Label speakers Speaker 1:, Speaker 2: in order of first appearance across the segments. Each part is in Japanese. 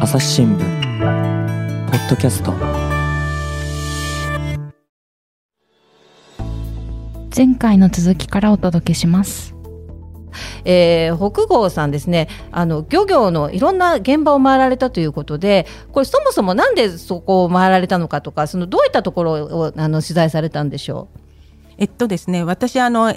Speaker 1: 朝日新聞ポッドキャスト。
Speaker 2: 前回の続きからお届けします。
Speaker 3: 北郷さんですね、漁業のいろんな現場を回られたということで、これそもそもなんでそこを回られたのかとか、そのどういったところを取材されたんでしょ
Speaker 4: う。ですね、私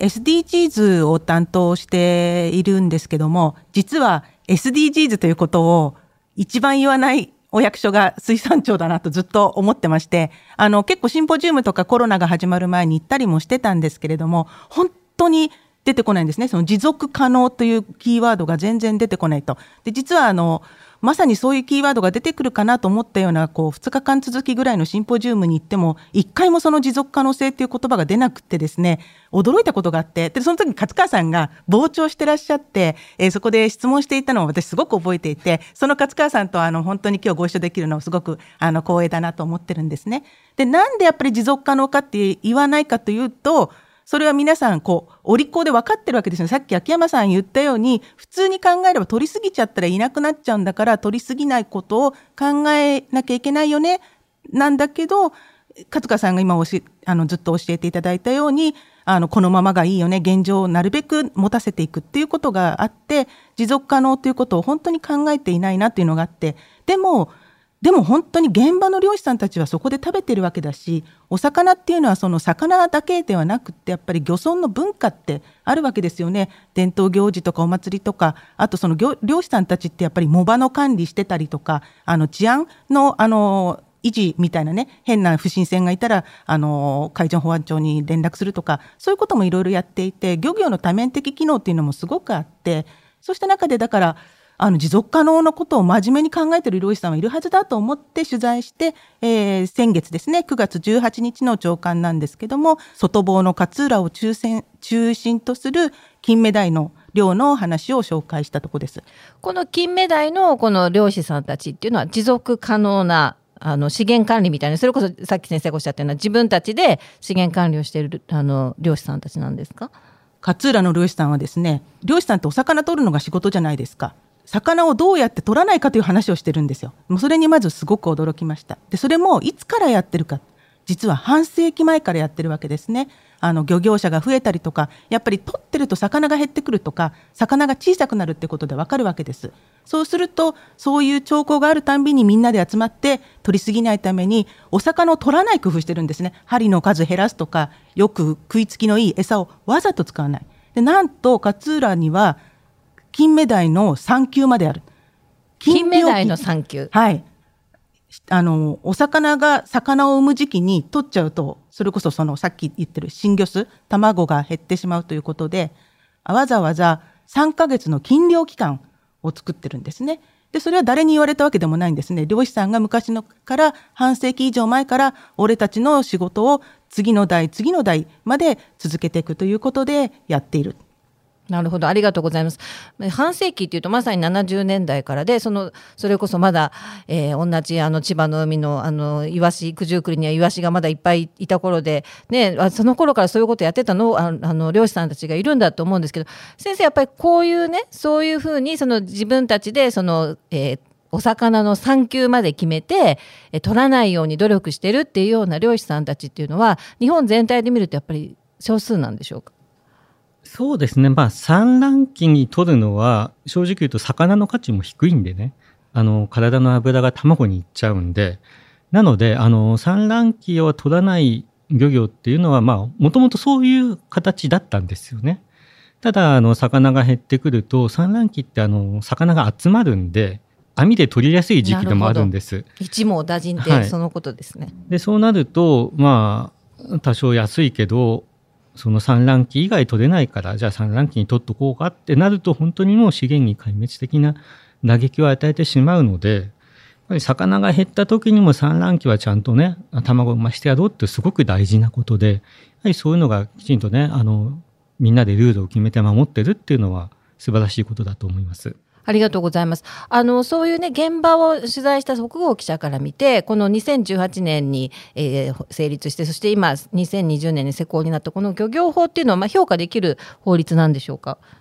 Speaker 4: SDGs を担当しているんですけども、実は SDGs ということを一番言わないお役所が水産庁だなとずっと思ってまして、結構シンポジウムとかコロナが始まる前に行ったりもしてたんですけれども、本当に出てこないんですね。その持続可能というキーワードが全然出てこないと。で、実はまさにそういうキーワードが出てくるかなと思ったような2日間続きぐらいのシンポジウムに行っても1回もその持続可能性っていう言葉が出なくてですね、驚いたことがあって、でその時勝川さんが傍聴してらっしゃって、そこで質問していたのを私すごく覚えていて、その勝川さんと本当に今日ご一緒できるのをすごく光栄だなと思ってるんですね。で、なんでやっぱり持続可能かって言わないかというと、それは皆さんお利口で分かってるわけですよ。さっき秋山さん言ったように、普通に考えれば取りすぎちゃったらいなくなっちゃうんだから、取りすぎないことを考えなきゃいけないよね、なんだけど、勝川さんが今ずっと教えていただいたように、このままがいいよね、現状をなるべく持たせていくっていうことがあって、持続可能ということを本当に考えていないなっていうのがあって、でも本当に現場の漁師さんたちはそこで食べてるわけだし、お魚っていうのはその魚だけではなくって、やっぱり漁村の文化ってあるわけですよね。伝統行事とかお祭りとか、あとその漁師さんたちってやっぱり藻場の管理してたりとか、治安の維持みたいなね、変な不審船がいたら海上保安庁に連絡するとか、そういうこともいろいろやっていて、漁業の多面的機能っていうのもすごくあって、そうした中でだから持続可能なことを真面目に考えている漁師さんはいるはずだと思って取材して、先月ですね、9月18日の朝刊なんですけども、外房の勝浦を中心とする金目鯛の漁の話を紹介したところです。
Speaker 3: この金目鯛のこの漁師さんたちっていうのは持続可能な資源管理みたいな、それこそさっき先生がおっしゃったような自分たちで資源管理をしている漁師さんたちなんですか？
Speaker 4: 勝浦の漁師さんはですね、漁師さんってお魚取るのが仕事じゃないですか。魚をどうやって取らないかという話をしてるんですよ。もうそれにまずすごく驚きました。で、それもいつからやってるか、実は半世紀前からやってるわけですね。漁業者が増えたりとか、やっぱり取ってると魚が減ってくるとか、魚が小さくなるってことでわかるわけです。そうすると、そういう兆候があるたんびにみんなで集まって取りすぎないためにお魚を取らない工夫してるんですね。針の数減らすとか、よく食いつきのいい餌をわざと使わない。で、なんと勝浦には金目鯛の産休まである。
Speaker 3: 金目鯛の産休。
Speaker 4: はい。お魚が魚を産む時期に取っちゃうと、それこそさっき言ってる新魚数、卵が減ってしまうということで、わざわざ3ヶ月の禁漁期間を作ってるんですね。で、それは誰に言われたわけでもないんですね。漁師さんが昔のから半世紀以上前から俺たちの仕事を次の代まで続けていくということでやっている。
Speaker 3: なるほど、ありがとうございます。半世紀っていうとまさに70年代からで、それこそまだ、同じ千葉の海のイワシ、九十九里にはイワシがまだいっぱいいた頃で、ね、その頃からそういうことやってたの漁師さんたちがいるんだと思うんですけど、先生やっぱりこういうね、そういうふうに自分たちでお魚の産休まで決めて取らないように努力してるっていうような漁師さんたちっていうのは、日本全体で見るとやっぱり少数なんでしょうか？
Speaker 5: そうですね、産卵期に取るのは正直言うと魚の価値も低いんでね、体の脂が卵にいっちゃうんで、なので産卵期を取らない漁業っていうのはもともとそういう形だったんですよね。ただ魚が減ってくると産卵期って魚が集まるんで網で取りやすい時期でもあるんです。
Speaker 3: 一網打尽ってそのことですね。
Speaker 5: でそうなると多少安いけどその産卵期以外取れないから、じゃあ産卵期に取っとこうかってなると、本当にもう資源に壊滅的な打撃を与えてしまうので、やっぱり魚が減った時にも産卵期はちゃんとね、卵を産ましてやろうってすごく大事なことで、やはりそういうのがきちんとね、みんなでルールを決めて守ってるっていうのは素晴らしいことだと思います。
Speaker 3: ありがとうございます。そういうね、現場を取材した北郷記者から見て、この2018年に、成立して、そして今2020年に施行になったこの漁業法っていうのは、評価できる法律なんでしょうか？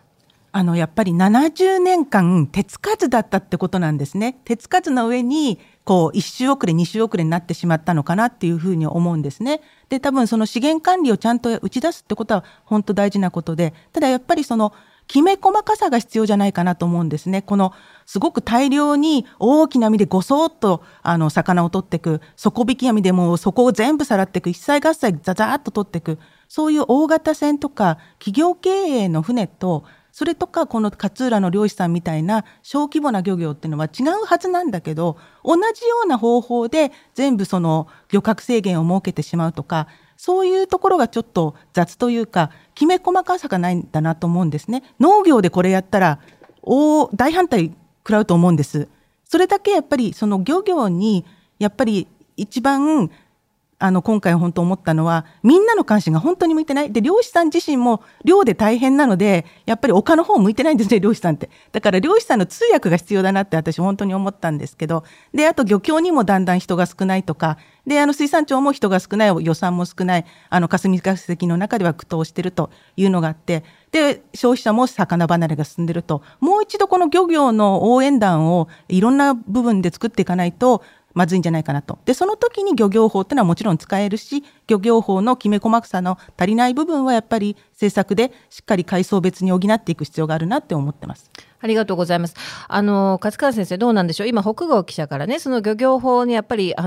Speaker 4: やっぱり70年間手つかずだったってことなんですね。手つかずの上にこう1周遅れ2周遅れになってしまったのかなっていうふうに思うんですね。で、多分その資源管理をちゃんと打ち出すってことは本当大事なことで、ただやっぱりそのきめ細かさが必要じゃないかなと思うんですね。このすごく大量に大きな網でごそっと魚を取っていく、底引き網でもそこを全部さらっていく、一切合切ザザーっと取っていく、そういう大型船とか企業経営の船と、それとかこの勝浦の漁師さんみたいな小規模な漁業っていうのは違うはずなんだけど、同じような方法で全部その漁獲制限を設けてしまうとか、そういうところがちょっと雑というかきめ細かさがないんだなと思うんですね。農業でこれやったら大反対食らうと思うんです。それだけやっぱりその漁業にやっぱり一番今回本当思ったのは、みんなの関心が本当に向いてない。で、漁師さん自身も漁で大変なので、やっぱり丘の方向いてないんですね、漁師さんって。だから漁師さんの通訳が必要だなって私本当に思ったんですけど、で、あと漁協にもだんだん人が少ないとか、で、水産庁も人が少ない、予算も少ない、霞が関の中では苦闘してるというのがあって、で、消費者も魚離れが進んでると、もう一度この漁業の応援団をいろんな部分で作っていかないと、まずいんじゃないかなと。で、その時に漁業法っていうのはもちろん使えるし、漁業法のきめ細かさの足りない部分はやっぱり政策でしっかり階層別に補っていく必要があるなって思ってます。
Speaker 3: ありがとうございます。勝川先生どうなんでしょう。今北郷記者からね、その漁業法にやっぱり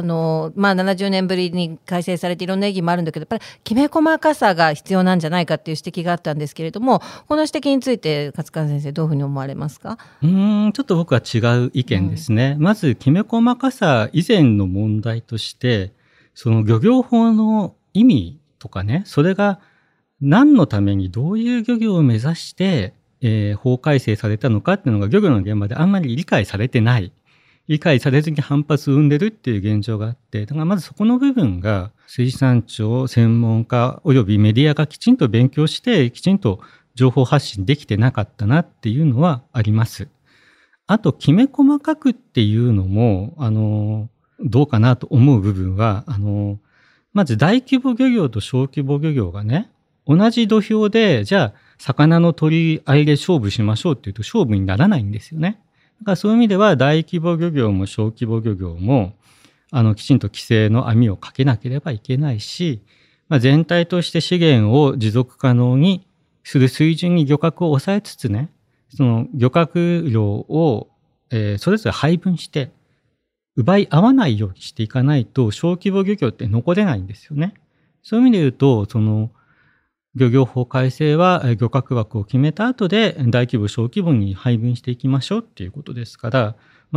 Speaker 3: 70年ぶりに改正されていろんな意義もあるんだけど、やっぱりきめ細かさが必要なんじゃないかっていう指摘があったんですけれども、この指摘について勝川先生どういうふうに思われますか？
Speaker 5: ちょっと僕は違う意見ですね。まずきめ細かさ以前の問題として、その漁業法の意味とかね、それが何のためにどういう漁業を目指して法改正されたのかっていうのが漁業の現場であんまり理解されてない。理解されずに反発を生んでるっていう現状があって、だからまずそこの部分が水産庁、専門家およびメディアがきちんと勉強してきちんと情報発信できてなかったなっていうのはあります。あときめ細かくっていうのもどうかなと思う部分はまず大規模漁業と小規模漁業がね、同じ土俵でじゃあ魚の取り合いで勝負しましょうっていうと勝負にならないんですよね。だからそういう意味では大規模漁業も小規模漁業もきちんと規制の網をかけなければいけないし、全体として資源を持続可能にする水準に漁獲を抑えつつね、その漁獲量を、それぞれ配分して奪い合わないようにしていかないと小規模漁業って残れないんですよね。そういう意味で言うとその漁業法改正は漁獲枠を決めた後で大規模小規模に配分していきましょうっていうことですから、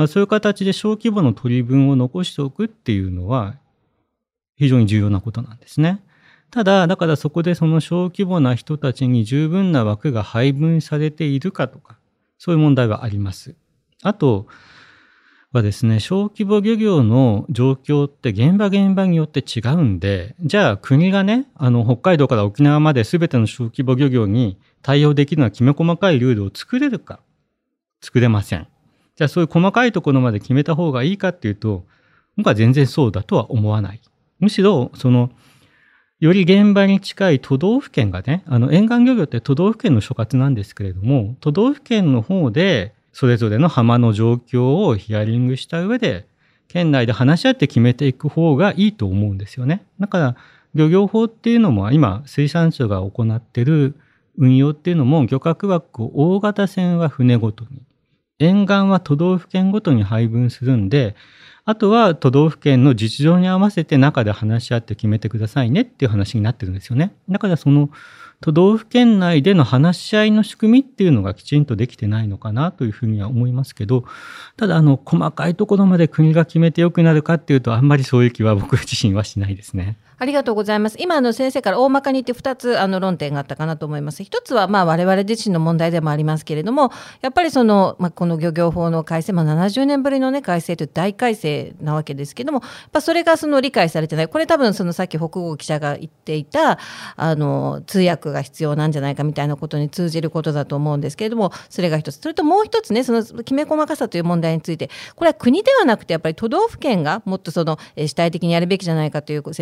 Speaker 5: そういう形で小規模の取り分を残しておくっていうのは非常に重要なことなんですね。ただ、だからそこでその小規模な人たちに十分な枠が配分されているかとか、そういう問題はあります。あとはですね、小規模漁業の状況って現場によって違うんで、じゃあ国がね、北海道から沖縄まで全ての小規模漁業に対応できるようなきめ細かいルールを作れるか、作れません。じゃあそういう細かいところまで決めた方がいいかっていうと、僕は全然そうだとは思わない。むしろより現場に近い都道府県がね、沿岸漁業って都道府県の所轄なんですけれども、都道府県の方でそれぞれの浜の状況をヒアリングした上で県内で話し合って決めていく方がいいと思うんですよね。だから漁業法っていうのも今水産庁が行っている運用っていうのも漁獲枠を大型船は船ごとに、沿岸は都道府県ごとに配分するんで、あとは都道府県の実情に合わせて中で話し合って決めてくださいねっていう話になってるんですよね。だからその都道府県内での話し合いの仕組みっていうのがきちんとできてないのかなというふうには思いますけど、ただ細かいところまで国が決めてよくなるかっていうとあんまりそういう気は僕自身はしないですね。
Speaker 3: ありがとうございます。今先生から大まかに言って2つ論点があったかなと思います。一つは我々自身の問題でもありますけれども、やっぱりこの漁業法の改正、70年ぶりのね改正という大改正なわけですけれども、やっぱそれが理解されてない。これ多分さっき北郷記者が言っていた通訳が必要なんじゃないかみたいなことに通じることだと思うんですけれども、それが一つ。それともう一つね、きめ細かさという問題について、これは国ではなくてやっぱり都道府県がもっと主体的にやるべきじゃないかという先生今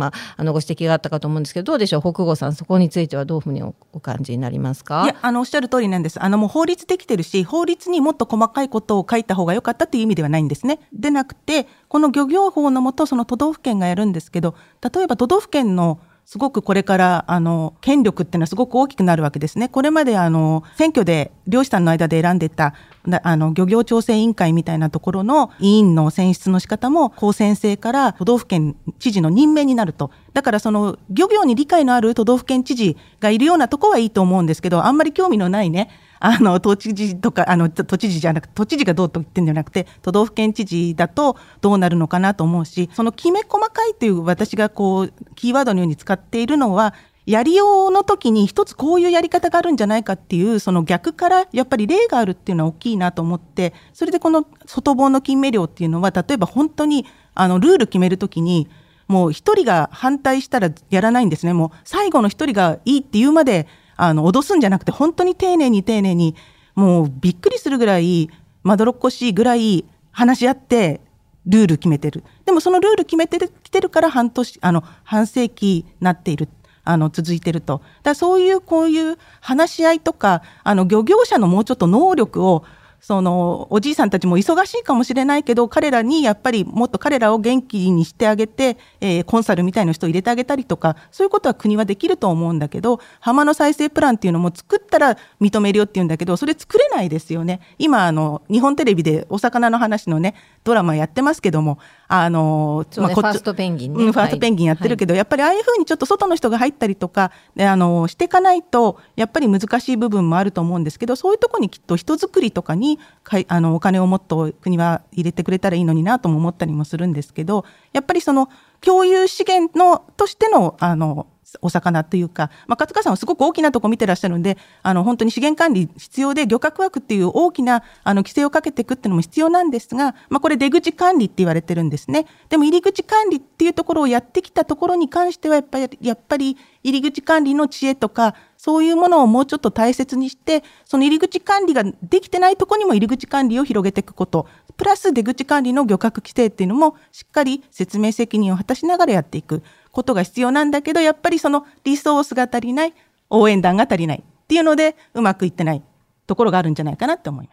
Speaker 3: 今ご指摘があったかと思うんですけど、どうでしょう、北郷さん、そこについてはどういうふうにお感じになりますか？
Speaker 4: いや、おっしゃる通りなんです。もう法律できてるし、法律にもっと細かいことを書いた方が良かったという意味ではないんですね。でなくて、この漁業法の下、その都道府県がやるんですけど、例えば都道府県のすごくこれから権力っていうのはすごく大きくなるわけですね。これまで選挙で漁師さんの間で選んでた漁業調整委員会みたいなところの委員の選出の仕方も公選制から都道府県知事の任命になると。だからその漁業に理解のある都道府県知事がいるようなとこはいいと思うんですけど、あんまり興味のないね、都知事とか都知事じゃなくて、都知事がどうと言ってるんじゃなくて都道府県知事だとどうなるのかなと思うし、そのきめ細かいという私がこうキーワードのように使っているのは、やりようの時に一つこういうやり方があるんじゃないかっていう、その逆からやっぱり例があるっていうのは大きいなと思って、それでこの外房の金目漁っていうのは、例えば本当にルール決める時にもう一人が反対したらやらないんですね。もう最後の一人がいいっていうまで脅すんじゃなくて、本当に丁寧にもうびっくりするぐらいまどろっこしいぐらい話し合ってルール決めてる。でもそのルール決めてきてるから半世紀なっている、続いてると。だからそういうこういう話し合いとか漁業者のもうちょっと能力を、おじいさんたちも忙しいかもしれないけど、彼らにやっぱりもっと彼らを元気にしてあげて、コンサルみたいな人を入れてあげたりとか、そういうことは国はできると思うんだけど、浜の再生プランっていうのも作ったら認めるよっていうんだけど、それ作れないですよね。今日本テレビでお魚の話のねドラマやってますけども、
Speaker 3: ファーストペンギンね、
Speaker 4: ファーストペンギンやってるけど、やっぱりああいうふうにちょっと外の人が入ったりとかしていかないとやっぱり難しい部分もあると思うんですけど、そういうところにきっと人づくりとかにお金をもっと国は入れてくれたらいいのになとも思ったりもするんですけど、やっぱりその共有資源としてのお魚というか、勝川さんはすごく大きなところ見てらっしゃるんで、本当に資源管理必要で、漁獲枠っていう大きな規制をかけていくっていうのも必要なんですが、これ出口管理って言われてるんですね。でも入り口管理っていうところをやってきたところに関してはやっぱり入り口管理の知恵とかそういうものをもうちょっと大切にして、その入り口管理ができてないところにも入り口管理を広げていくこと、プラス出口管理の漁獲規制っていうのもしっかり説明責任を果たしながらやっていくことが必要なんだけど、やっぱりそのリソースが足りない、応援団が足りないっていうのでうまくいってないところがあるんじゃないかなって思います。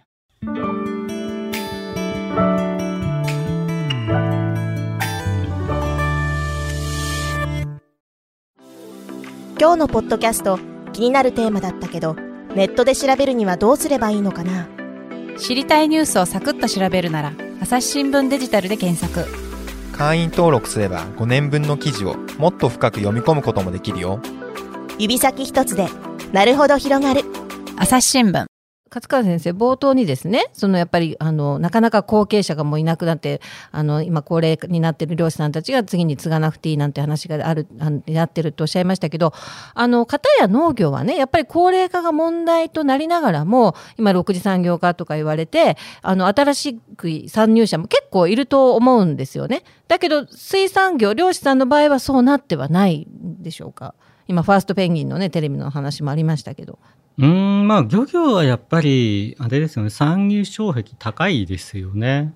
Speaker 6: 今日のポッドキャスト、気になるテーマだったけど、ネットで調べるにはどうすればいいのかな。
Speaker 2: 知りたいニュースをサクッと調べるなら、朝日新聞デジタルで検索。
Speaker 7: 会員登録すれば5年分の記事をもっと深く読み込むこともできるよ。
Speaker 6: 指先一つでなるほど広がる。
Speaker 2: 朝日新聞。
Speaker 3: 勝川先生、冒頭にですね、やっぱりなかなか後継者がもういなくなって今高齢になっている漁師さんたちが次に継がなくていいなんて話がなってるとおっしゃいましたけど、片や農業はねやっぱり高齢化が問題となりながらも、今6次産業化とか言われて新しく参入者も結構いると思うんですよね。だけど水産業、漁師さんの場合はそうなってはないんでしょうか。今ファーストペンギンのねテレビの話もありましたけど。
Speaker 5: 漁業はやっぱりあれですよね、参入障壁高いですよね。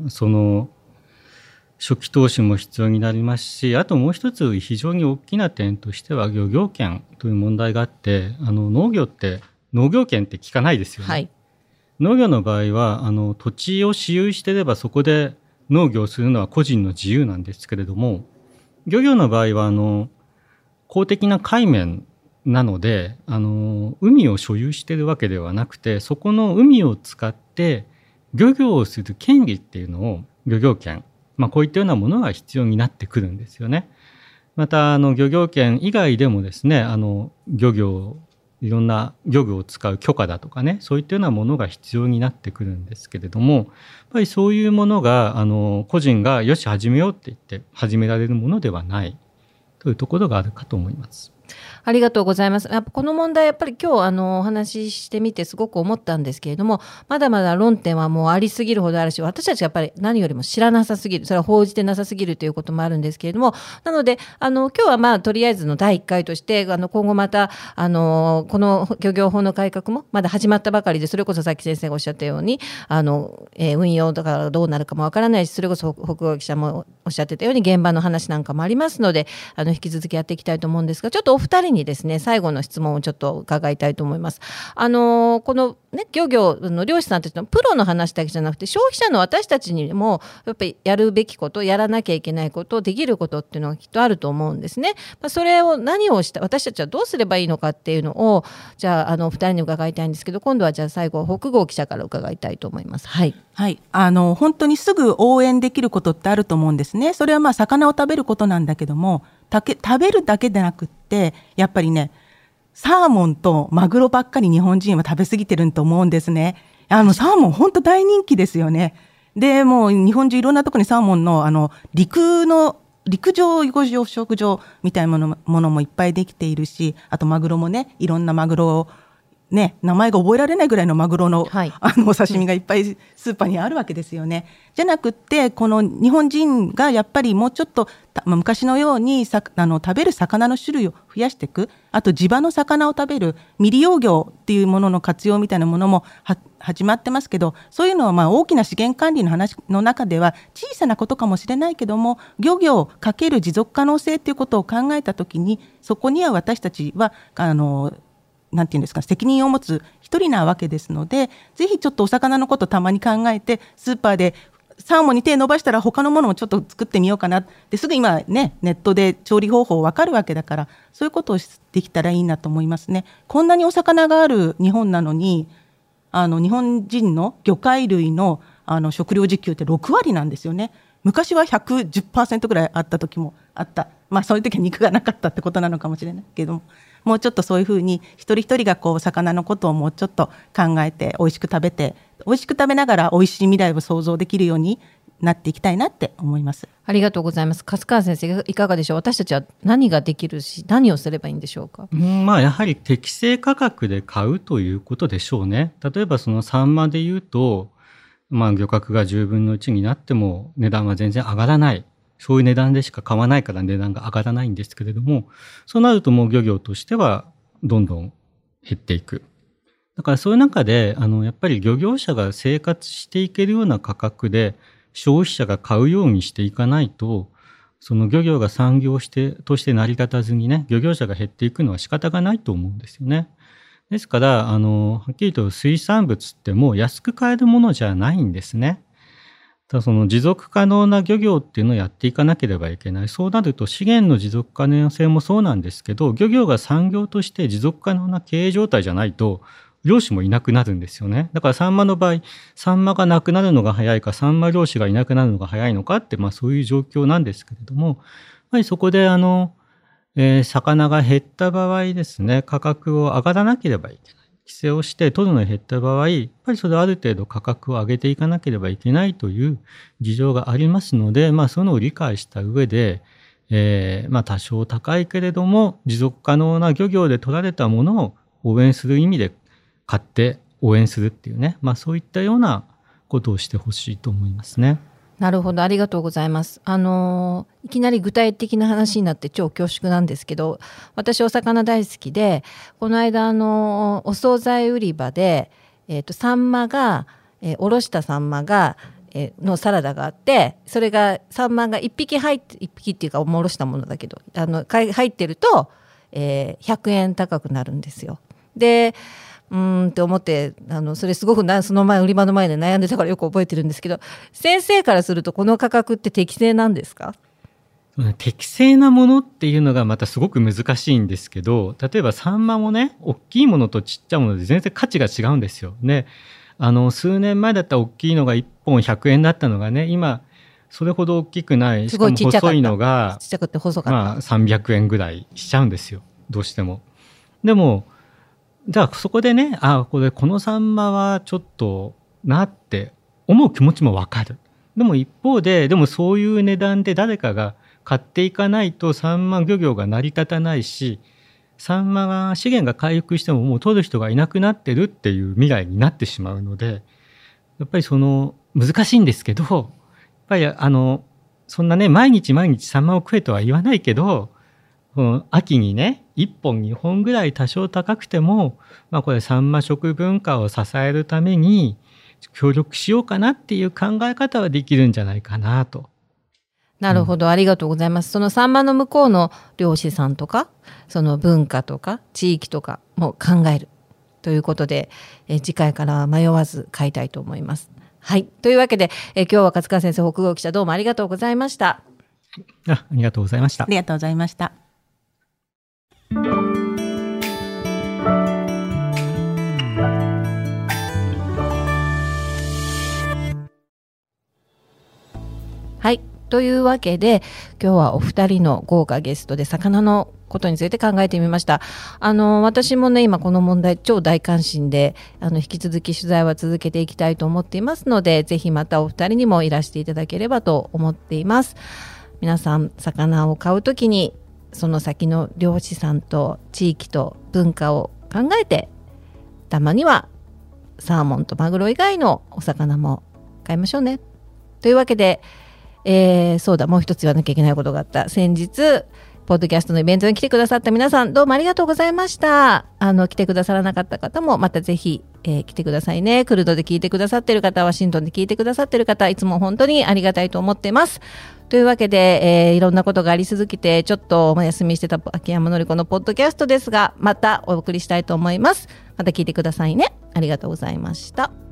Speaker 5: 初期投資も必要になりますし、あともう一つ非常に大きな点としては漁業権という問題があって、農業って農業権って聞かないですよね。はい、農業の場合は土地を私有していればそこで農業をするのは個人の自由なんですけれども、漁業の場合は公的な海面なので海を所有しているわけではなくて、そこの海を使って漁業をする権利っていうのを漁業権、こういったようなものが必要になってくるんですよね。また漁業権以外でもですね、いろんな漁具を使う許可だとかね、そういったようなものが必要になってくるんですけれども、やっぱりそういうものが個人がよし始めようって言って始められるものではないというところがあるかと思います。
Speaker 3: ありがとうございます。やっぱこの問題やっぱり今日お話ししてみてすごく思ったんですけれども、まだまだ論点はもうありすぎるほどあるし、私たちやっぱり何よりも知らなさすぎる、それは報じてなさすぎるということもあるんですけれども、なので今日はとりあえずの第1回として今後またこの漁業法の改革もまだ始まったばかりで、それこそさっき先生がおっしゃったように運用だからどうなるかもわからないし、それこそ北郷記者もおっしゃってたように現場の話なんかもありますので引き続きやっていきたいと思うんですが、ちょっとお二人にですね最後の質問をちょっと伺いたいと思います。この、ね、漁業の漁師さんたちのプロの話だけじゃなくて消費者の私たちにもやっぱりやるべきこと、やらなきゃいけないこと、できることっていうのがきっとあると思うんですね。それを何をした私たちはどうすればいいのかっていうのをじゃあお二人に伺いたいんですけど、今度はじゃあ最後北郷記者から伺いたいと思います。はい、
Speaker 4: はい、本当にすぐ応援できることってあると思うんですね。それはまあ魚を食べることなんだけども、食べるだけでなくってやっぱりね、サーモンとマグロばっかり日本人は食べ過ぎてると思うんですね。サーモン本当大人気ですよね。でもう日本中いろんなところにサーモンの陸上養殖場みたいなものもいっぱいできているし、あとマグロもね、いろんなマグロをね、名前が覚えられないぐらいのマグロの、はい、お刺身がいっぱいスーパーにあるわけですよね。じゃなくってこの日本人がやっぱりもうちょっと昔のように食べる魚の種類を増やしていく、あと地場の魚を食べる未利用魚っていうものの活用みたいなものも始まってますけど、そういうのはまあ大きな資源管理の話の中では小さなことかもしれないけども、漁業×持続可能性っていうことを考えたときに、そこには私たちはなんていうんですか、責任を持つ一人なわけですので、ぜひちょっとお魚のことたまに考えて、スーパーでサーモンに手伸ばしたら他のものもちょっと作ってみようかなですぐ今ね、ネットで調理方法わかるわけだから、そういうことをできたらいいなと思いますね。こんなにお魚がある日本なのに日本人の魚介類の食料自給って6割なんですよね。昔は 110% ぐらいあった時もあった。まあそういう時は肉がなかったってことなのかもしれないけども、もうちょっとそういうふうに一人一人が魚のことをもうちょっと考えて美味しく食べながら美味しい未来を想像できるようになっていきたいなって思います。
Speaker 3: ありがとうございます。粕川先生いかがでしょう。私たちは何ができるし何をすればいいんでしょうか。
Speaker 5: まあやはり適正価格で買うということでしょうね。例えばそのサンマで言うと、漁獲が10分の1になっても値段は全然上がらない、そういう値段でしか買わないから値段が上がらないんですけれども、そうなるともう漁業としてはどんどん減っていく。だからそういう中でやっぱり漁業者が生活していけるような価格で消費者が買うようにしていかないと、その漁業が産業として成り立たずにね、漁業者が減っていくのは仕方がないと思うんですよね。ですからはっきりと水産物ってもう安く買えるものじゃないんですね。ただその持続可能な漁業っていうのをやっていかなければいけない。そうなると資源の持続可能性もそうなんですけど、漁業が産業として持続可能な経営状態じゃないと漁師もいなくなるんですよね。だからサンマの場合、サンマがなくなるのが早いか、サンマ漁師がいなくなるのが早いのかって、そういう状況なんですけれども、やっぱりそこで魚が減った場合ですね、価格を上がらなければいけない。規制をして取るのが減った場合、やっぱりそれある程度価格を上げていかなければいけないという事情がありますので、そういうのを理解した上で、多少高いけれども持続可能な漁業で取られたものを応援する意味で買って応援するっていうね、そういったようなことをしてほしいと思いますね。
Speaker 3: なるほど、ありがとうございます。いきなり具体的な話になって超恐縮なんですけど、私お魚大好きで、この間お惣菜売り場で、サンマが、おろしたサンマが、のサラダがあって、それがサンマが1匹っていうかおろしたものだけど入ってると、100円高くなるんですよ。でって思ってそれすごくその前売り場の前で悩んでたからよく覚えてるんですけど、先生からするとこの価格って適正なんですか？
Speaker 5: 適正なものっていうのがまたすごく難しいんですけど、例えばサンマもね、大きいものとちっちゃいもので全然価値が違うんですよね。数年前だったら大きいのが1本100円だったのがね、今それほど大きくない、しかも細いのが
Speaker 3: ちっちゃくて細かった、
Speaker 5: 300円ぐらいしちゃうんですよ、どうしても。でもじゃあそこでね、このサンマはちょっとなって思う気持ちもわかる。でも一方で、でもそういう値段で誰かが買っていかないとサンマ漁業が成り立たないし、サンマが資源が回復してももう取る人がいなくなってるっていう未来になってしまうので、やっぱり難しいんですけど、やっぱりそんなね、毎日サンマを食えとは言わないけど、この秋にね、1本2本ぐらい多少高くても、これサンマ食文化を支えるために協力しようかなっていう考え方はできるんじゃないかなと。
Speaker 3: なるほど、ありがとうございます。そのサンマの向こうの漁師さんとか、その文化とか地域とかも考えるということで、次回からは迷わず買いたいと思います。はい。というわけで、今日は勝川先生、北郷記者、どうもありがとうございました。
Speaker 5: ありがとうございました。
Speaker 4: ありがとうございました。
Speaker 3: はい。というわけで、今日はお二人の豪華ゲストで魚のことについて考えてみました。私もね、今この問題超大関心で、引き続き取材は続けていきたいと思っていますので、ぜひまたお二人にもいらしていただければと思っています。皆さん、魚を買うときに、その先の漁師さんと地域と文化を考えて、たまにはサーモンとマグロ以外のお魚も買いましょうね。というわけで、そうだ、もう一つ言わなきゃいけないことがあった。先日、ポッドキャストのイベントに来てくださった皆さん、どうもありがとうございました。来てくださらなかった方も、またぜひ、来てくださいね。クルドで聞いてくださっている方、ワシントンで聞いてくださっている方、いつも本当にありがたいと思っています。というわけで、いろんなことがあり続けて、ちょっとお休みしてた秋山のり子のポッドキャストですが、またお送りしたいと思います。また聞いてくださいね。ありがとうございました。